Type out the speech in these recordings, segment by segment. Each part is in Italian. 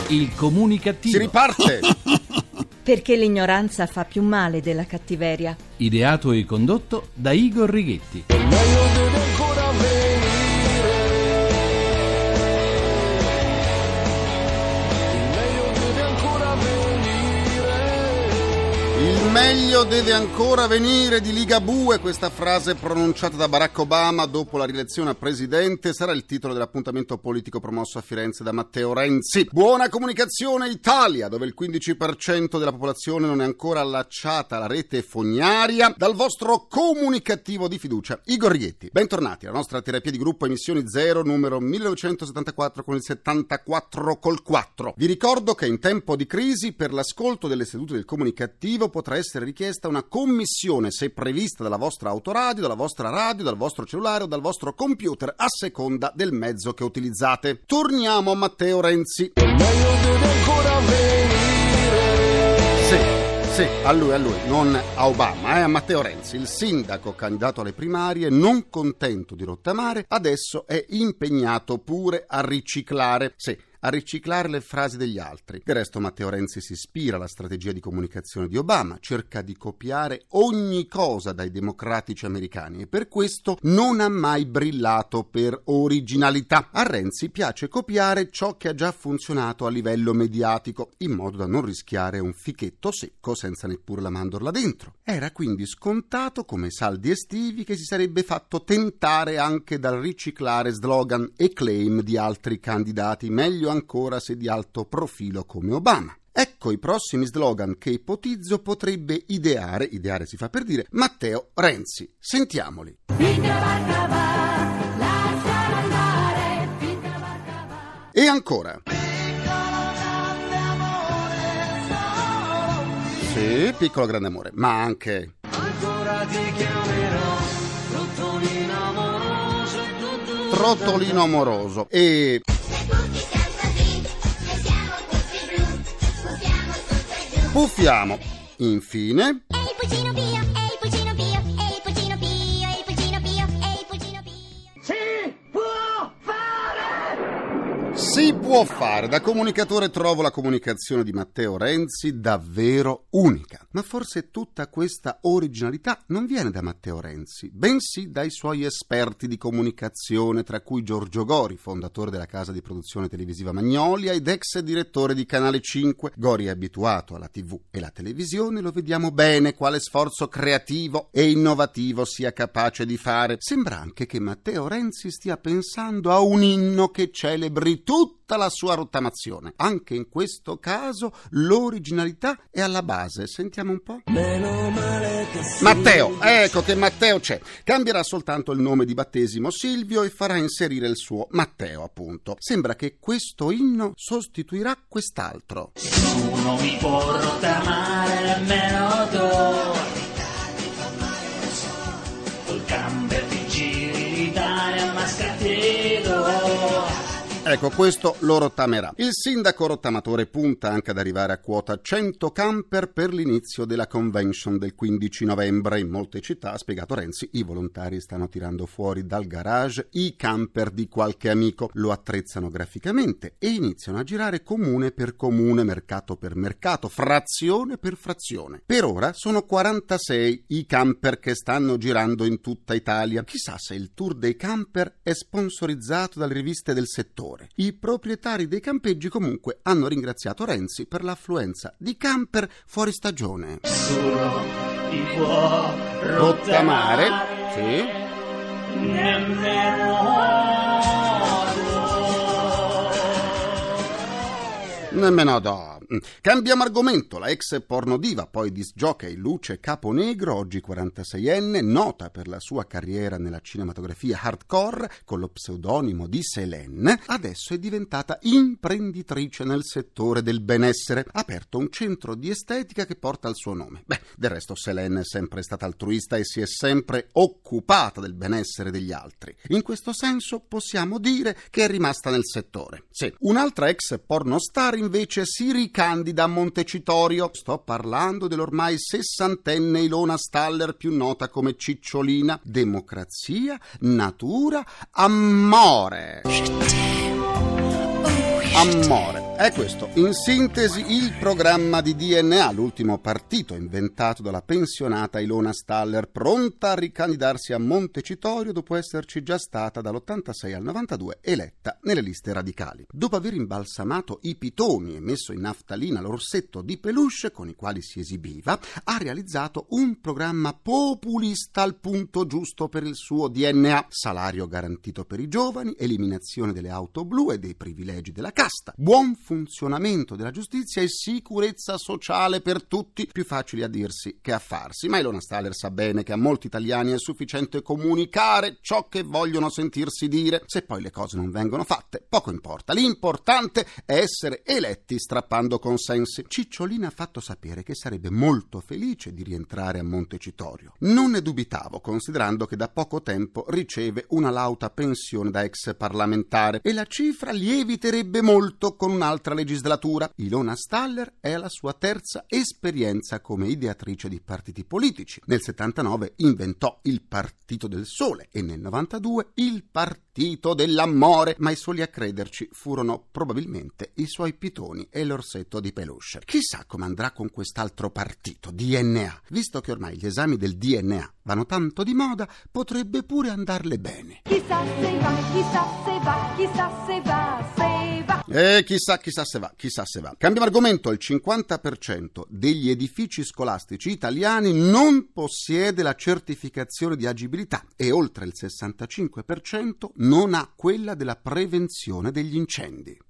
Il comunicativo. Si riparte! Perché l'ignoranza fa più male della cattiveria. Ideato e condotto da Igor Righetti. Il meglio deve ancora venire di Ligabue, questa frase pronunciata da Barack Obama dopo la rielezione a presidente sarà il titolo dell'appuntamento politico promosso a Firenze da Matteo Renzi. Buona comunicazione Italia, dove il 15% della popolazione non è ancora allacciata alla rete fognaria, dal vostro comunicativo di fiducia, Igor Righetti. Bentornati alla nostra terapia di gruppo Emissioni Zero, numero 1974 con il 74 col 4. Vi ricordo che in tempo di crisi per l'ascolto delle sedute del comunicativo potrà essere richiesta una commissione se prevista dalla vostra autoradio, dalla vostra radio, dal vostro cellulare o dal vostro computer a seconda del mezzo che utilizzate. Torniamo a Matteo Renzi. Sì, a lui, non a Obama, a Matteo Renzi, il sindaco candidato alle primarie, non contento di rottamare, adesso è impegnato pure a riciclare. Sì, a riciclare le frasi degli altri. Del resto Matteo Renzi si ispira alla strategia di comunicazione di Obama, cerca di copiare ogni cosa dai democratici americani e per questo non ha mai brillato per originalità. A Renzi piace copiare ciò che ha già funzionato a livello mediatico, in modo da non rischiare un fichetto secco senza neppure la mandorla dentro. Era quindi scontato, come saldi estivi, che si sarebbe fatto tentare anche dal riciclare slogan e claim di altri candidati, meglio ancora se di alto profilo come Obama. Ecco i prossimi slogan che ipotizzo potrebbe ideare si fa per dire, Matteo Renzi. Sentiamoli. E ancora. Sì, piccolo grande amore, ma anche ancora ti chiamerò Trottolino amoroso e Puffiamo. Infine si può fare. Da comunicatore trovo la comunicazione di Matteo Renzi davvero unica. Ma forse tutta questa originalità non viene da Matteo Renzi, bensì dai suoi esperti di comunicazione, tra cui Giorgio Gori, fondatore della casa di produzione televisiva Magnolia ed ex direttore di Canale 5. Gori è abituato alla TV e la televisione, lo vediamo bene quale sforzo creativo e innovativo sia capace di fare. Sembra anche che Matteo Renzi stia pensando a un inno che celebri tutta la sua rottamazione. Anche in questo caso l'originalità è alla base. Sentiamo un po'. Matteo, ecco che Matteo c'è. Cambierà soltanto il nome di battesimo Silvio e farà inserire il suo Matteo, appunto. Sembra che questo inno sostituirà quest'altro. Nessuno mi può rottamare nemmeno tu. Col camper ti giri l'Italia ma scattedo. Ecco, questo lo rottamerà. Il sindaco rottamatore punta anche ad arrivare a quota 100 camper per l'inizio della convention del 15 novembre. In molte città, ha spiegato Renzi, i volontari stanno tirando fuori dal garage i camper di qualche amico, lo attrezzano graficamente e iniziano a girare comune per comune, mercato per mercato, frazione per frazione. Per ora sono 46 i camper che stanno girando in tutta Italia. Chissà se il tour dei camper è sponsorizzato dalle riviste del settore. I proprietari dei campeggi comunque hanno ringraziato Renzi per l'affluenza di camper fuori stagione. Nessuno ti può rottamare. Sì. Nemmeno do. Cambiamo argomento. La ex pornodiva, poi disc jockey Luce Caponegro, oggi 46enne, nota per la sua carriera nella cinematografia hardcore con lo pseudonimo di Selene, adesso è diventata imprenditrice nel settore del benessere. Ha aperto un centro di estetica che porta il suo nome. Del resto Selene è sempre stata altruista e si è sempre occupata del benessere degli altri. In questo senso possiamo dire che è rimasta nel settore. Sì. Un'altra ex pornostar invece si ricandida a Montecitorio. Sto parlando dell'ormai sessantenne Ilona Staller, più nota come Cicciolina. Democrazia, natura, amore. Amore. È questo, in sintesi, il programma di DNA, l'ultimo partito inventato dalla pensionata Ilona Staller, pronta a ricandidarsi a Montecitorio dopo esserci già stata dall'86 al 92 eletta nelle liste radicali. Dopo aver imbalsamato i pitoni e messo in naftalina l'orsetto di peluche con i quali si esibiva, ha realizzato un programma populista al punto giusto per il suo DNA: salario garantito per i giovani, eliminazione delle auto blu e dei privilegi della casta, buon funzionamento della giustizia e sicurezza sociale per tutti, più facili a dirsi che a farsi. Ma Ilona Staller sa bene che a molti italiani è sufficiente comunicare ciò che vogliono sentirsi dire. Se poi le cose non vengono fatte, poco importa. L'importante è essere eletti strappando consensi. Cicciolina ha fatto sapere che sarebbe molto felice di rientrare a Montecitorio. Non ne dubitavo, considerando che da poco tempo riceve una lauta pensione da ex parlamentare e la cifra lieviterebbe molto con un'altra legislatura. Ilona Staller è alla sua terza esperienza come ideatrice di partiti politici. Nel 79 inventò il Partito del Sole e nel 92 il Partito dell'Amore, ma i soli a crederci furono probabilmente i suoi pitoni e l'orsetto di peluche. Chissà come andrà con quest'altro partito, DNA. Visto che ormai gli esami del DNA vanno tanto di moda, potrebbe pure andarle bene. Chissà se va, chissà se va, chissà se va, se va. Chissà se va. Cambiamo argomento. Il 50% degli edifici scolastici italiani non possiede la certificazione di agibilità e oltre il 65% non ha quella della prevenzione degli incendi.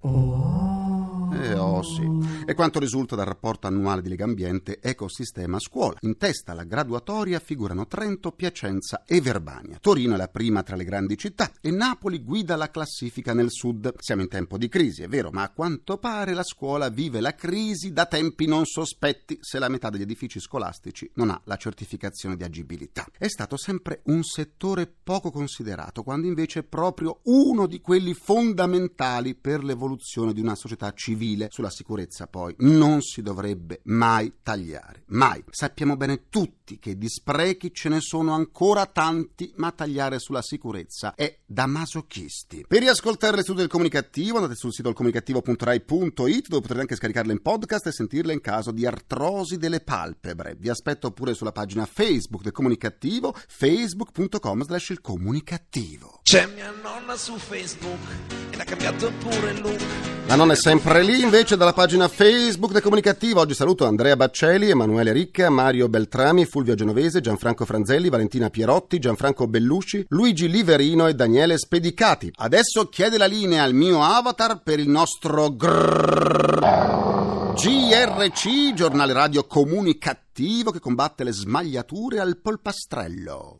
Sì. E quanto risulta dal rapporto annuale di Legambiente Ecosistema Scuola. In testa alla graduatoria figurano Trento, Piacenza e Verbania. Torino è la prima tra le grandi città e Napoli guida la classifica nel sud. Siamo in tempo di crisi, è vero, ma a quanto pare la scuola vive la crisi da tempi non sospetti, se la metà degli edifici scolastici non ha la certificazione di agibilità. È stato sempre un settore poco considerato, quando invece è proprio uno di quelli fondamentali per l'evoluzione di una società civile. Sulla sicurezza poi non si dovrebbe mai tagliare, mai. Sappiamo bene tutti che di sprechi ce ne sono ancora tanti, ma tagliare sulla sicurezza è da masochisti. Per riascoltare le sedute del Comunicativo andate sul sito ilcomunicativo.rai.it, dove potrete anche scaricarle in podcast e sentirle in caso di artrosi delle palpebre. Vi aspetto pure sulla pagina Facebook del Comunicativo, facebook.com/ilcomunicativo. C'è mia nonna su Facebook e l'ha cambiato pure il look. La nonna è sempre lì, invece, dalla pagina Facebook del Comunicativo. Oggi saluto Andrea Baccelli, Emanuele Ricca, Mario Beltrami, Fulvio Genovese, Gianfranco Franzelli, Valentina Pierotti, Gianfranco Bellusci, Luigi Liverino e Daniele Spedicati. Adesso chiede la linea al mio avatar per il nostro GRC, giornale radio comunicativo che combatte le smagliature al polpastrello.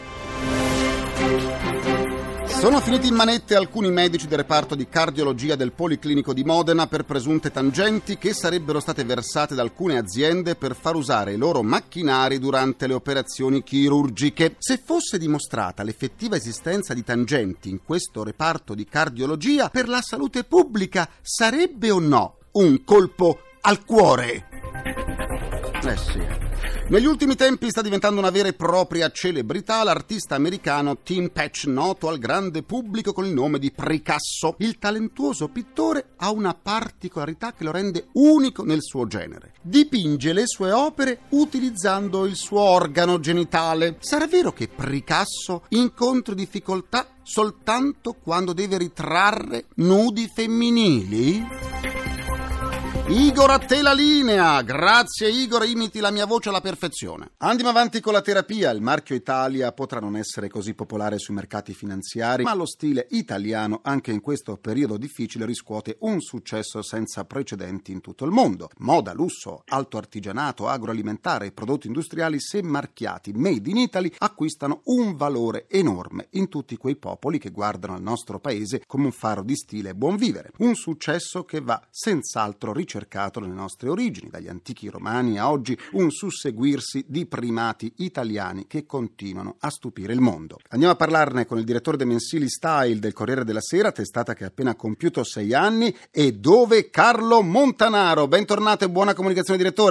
Sono finiti in manette alcuni medici del reparto di cardiologia del Policlinico di Modena per presunte tangenti che sarebbero state versate da alcune aziende per far usare i loro macchinari durante le operazioni chirurgiche. Se fosse dimostrata l'effettiva esistenza di tangenti in questo reparto di cardiologia, per la salute pubblica sarebbe o no un colpo al cuore? Sì. Negli ultimi tempi sta diventando una vera e propria celebrità l'artista americano Tim Patch, noto al grande pubblico con il nome di Picasso. Il talentuoso pittore ha una particolarità che lo rende unico nel suo genere. Dipinge le sue opere utilizzando il suo organo genitale. Sarà vero che Picasso incontra difficoltà soltanto quando deve ritrarre nudi femminili? Igor, a te la linea. Grazie Igor, imiti la mia voce alla perfezione. Andiamo avanti con la terapia. Il marchio Italia potrà non essere così popolare sui mercati finanziari, ma lo stile italiano anche in questo periodo difficile riscuote un successo senza precedenti in tutto il mondo. Moda, lusso, alto artigianato, agroalimentare e prodotti industriali, se marchiati Made in Italy, acquistano un valore enorme in tutti quei popoli che guardano al nostro paese come un faro di stile e buon vivere. Un successo che va senz'altro ricercato nelle nostre origini, dagli antichi romani a oggi, un susseguirsi di primati italiani che continuano a stupire il mondo. Andiamo a parlarne con il direttore dei mensili Style del Corriere della Sera, testata che ha appena compiuto 6 anni, e dove Carlo Montanaro. Bentornato e buona comunicazione, direttore.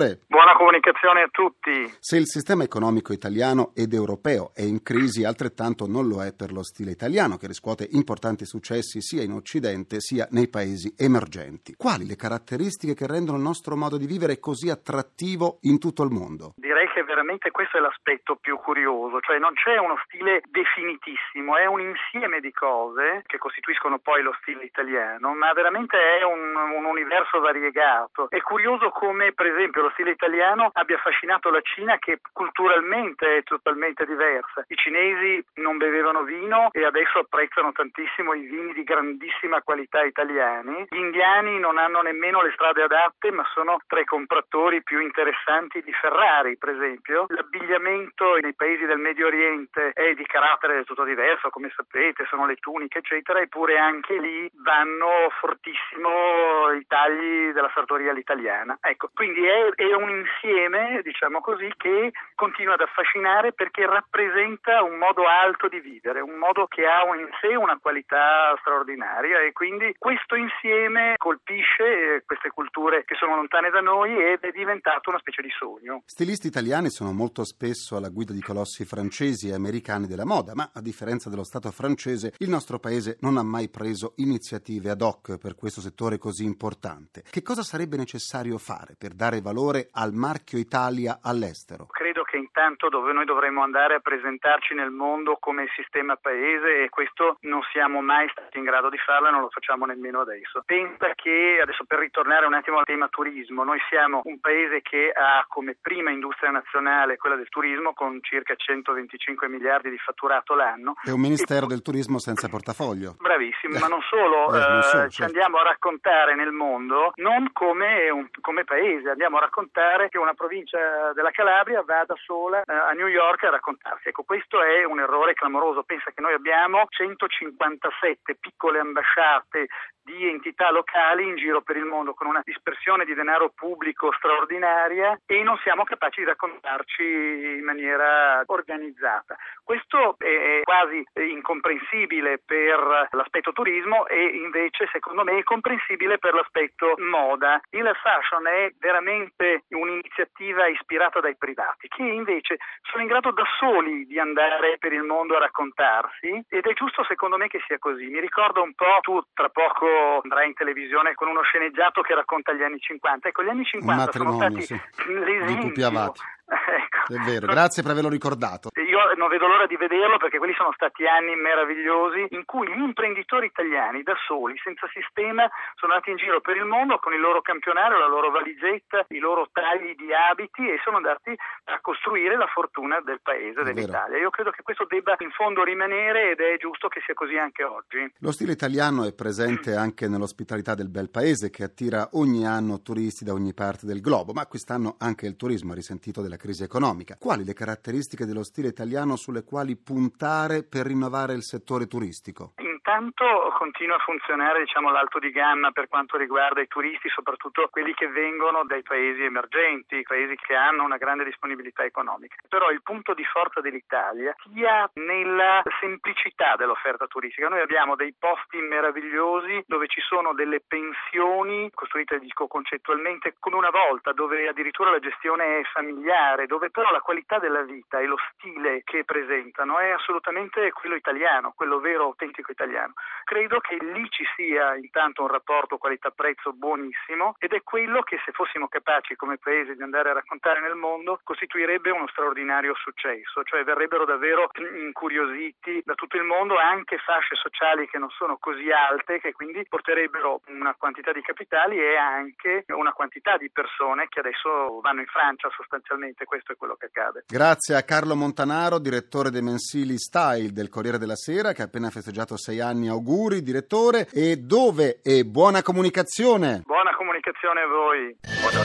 Buona comunicazione a tutti. Se il sistema economico italiano ed europeo è in crisi, altrettanto non lo è per lo stile italiano, che riscuote importanti successi sia in Occidente sia nei paesi emergenti. Quali le caratteristiche che rendono il nostro modo di vivere così attrattivo in tutto il mondo? Direi che veramente questo è l'aspetto più curioso, cioè non c'è uno stile definitissimo, è un insieme di cose che costituiscono poi lo stile italiano, ma veramente è un universo variegato. È curioso come, per esempio, lo stile italiano abbia affascinato la Cina, che culturalmente è totalmente diversa. I cinesi non bevevano vino e adesso apprezzano tantissimo i vini di grandissima qualità italiani. Gli indiani non hanno nemmeno le strade adatte, ma sono tra i compratori più interessanti di Ferrari, per esempio. L'abbigliamento nei paesi del Medio Oriente è di carattere del tutto diverso, come sapete, sono le tuniche, eccetera, eppure anche lì vanno fortissimo i tagli della sartoria all'italiana. Ecco, quindi è un insieme, diciamo così, che continua ad affascinare perché rappresenta un modo alto di vivere, un modo che ha in sé una qualità straordinaria, e quindi questo insieme colpisce queste culture che sono lontane da noi ed è diventato una specie di sogno. Stilisti italiani sono molto spesso alla guida di colossi francesi e americani della moda, ma a differenza dello Stato francese, il nostro paese non ha mai preso iniziative ad hoc per questo settore così importante. Che cosa sarebbe necessario fare per dare valore al marchio Italia all'estero? Credo che intanto noi dovremmo andare a presentarci nel mondo come sistema paese, e questo non siamo mai stati in grado di farlo e non lo facciamo nemmeno adesso. Pensa che, adesso per ritornare un attimo al tema turismo, noi siamo un paese che ha come prima industria nazionale quella del turismo, con circa 125 miliardi di fatturato l'anno. È un ministero del turismo senza portafoglio. Bravissimo, ma non solo, ci andiamo a raccontare nel mondo non come paese, andiamo a raccontare che una provincia della Calabria va da sola a New York a raccontarsi. Ecco, questo è un errore clamoroso. Pensa che noi abbiamo 157 piccole ambasciate di entità locali in giro per il mondo, con una dispersione di denaro pubblico straordinaria, e non siamo capaci di raccontarci in maniera organizzata. Questo è quasi incomprensibile per l'aspetto turismo, e invece secondo me è comprensibile per l'aspetto moda. Il fashion è veramente un'iniziativa ispirata dai privati, che invece sono in grado da soli di andare per il mondo a raccontarsi, ed è giusto secondo me che sia così. Mi ricordo un po', tu tra poco andrai in televisione con uno sceneggiato che racconta gli anni 50. Ecco, gli anni 50 sono stati l'esempio. Ecco. È vero, grazie per averlo ricordato. Io non vedo l'ora di vederlo, perché quelli sono stati anni meravigliosi in cui gli imprenditori italiani da soli, senza sistema, sono andati in giro per il mondo con il loro campionario, la loro valigetta, i loro tagli di abiti, e sono andati a costruire la fortuna del paese, dell'Italia. Io credo che questo debba in fondo rimanere, ed è giusto che sia così anche oggi. Lo stile italiano è presente anche nell'ospitalità del bel paese, che attira ogni anno turisti da ogni parte del globo, ma quest'anno anche il turismo ha risentito della crisi economica. Quali le caratteristiche dello stile italiano sulle quali puntare per rinnovare il settore turistico? Intanto continua a funzionare, l'alto di gamma per quanto riguarda i turisti, soprattutto quelli che vengono dai paesi emergenti, paesi che hanno una grande disponibilità economica. Però il punto di forza dell'Italia sia nella semplicità dell'offerta turistica. Noi abbiamo dei posti meravigliosi dove ci sono delle pensioni costruite, concettualmente come una volta, dove addirittura la gestione è familiare, dove però la qualità della vita e lo stile che presentano è assolutamente quello italiano, quello vero, autentico italiano. Credo che lì ci sia intanto un rapporto qualità-prezzo buonissimo, ed è quello che, se fossimo capaci come paese di andare a raccontare nel mondo, costituirebbe uno straordinario successo, cioè verrebbero davvero incuriositi da tutto il mondo anche fasce sociali che non sono così alte, che quindi porterebbero una quantità di capitali e anche una quantità di persone che adesso vanno in Francia sostanzialmente. Questo è quello che accade. Grazie a Carlo Montanaro, direttore dei mensili Style del Corriere della Sera, che ha appena festeggiato 6 anni. Auguri, direttore. E dove è buona comunicazione? Buona comunicazione a voi.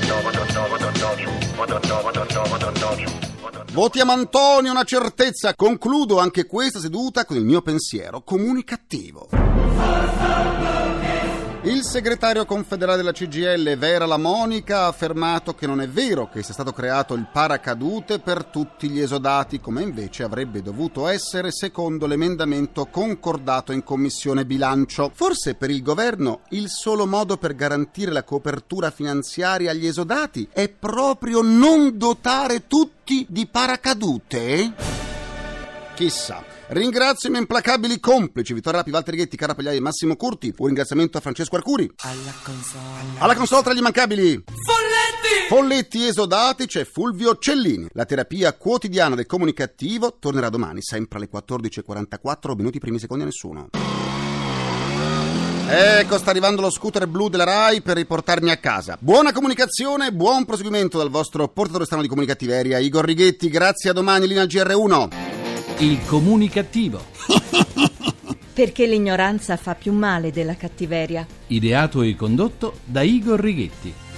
Votiamo Antonio, una certezza. Concludo anche questa seduta con il mio pensiero comunicativo. Il segretario confederale della CGIL, Vera La Monica, ha affermato che non è vero che sia stato creato il paracadute per tutti gli esodati, come invece avrebbe dovuto essere secondo l'emendamento concordato in Commissione Bilancio. Forse per il governo il solo modo per garantire la copertura finanziaria agli esodati è proprio non dotare tutti di paracadute? Chissà. Ringrazio i miei implacabili complici Vittorio Rapi, Walter Righetti, Cara Pagliai e Massimo Curti. Un ringraziamento a Francesco Arcuri. Alla console tra gli immancabili Folletti esodati c'è Fulvio Cellini. La terapia quotidiana del comunicativo tornerà domani, sempre alle 14:44, minuti primi secondi a nessuno. Ecco, sta arrivando lo scooter blu della Rai per riportarmi a casa. Buona comunicazione, buon proseguimento dal vostro portatore strano di comunicattiveria, Igor Righetti. Grazie, a domani, linea GR1. Il comunicativo. Perché l'ignoranza fa più male della cattiveria. Ideato e condotto da Igor Righetti.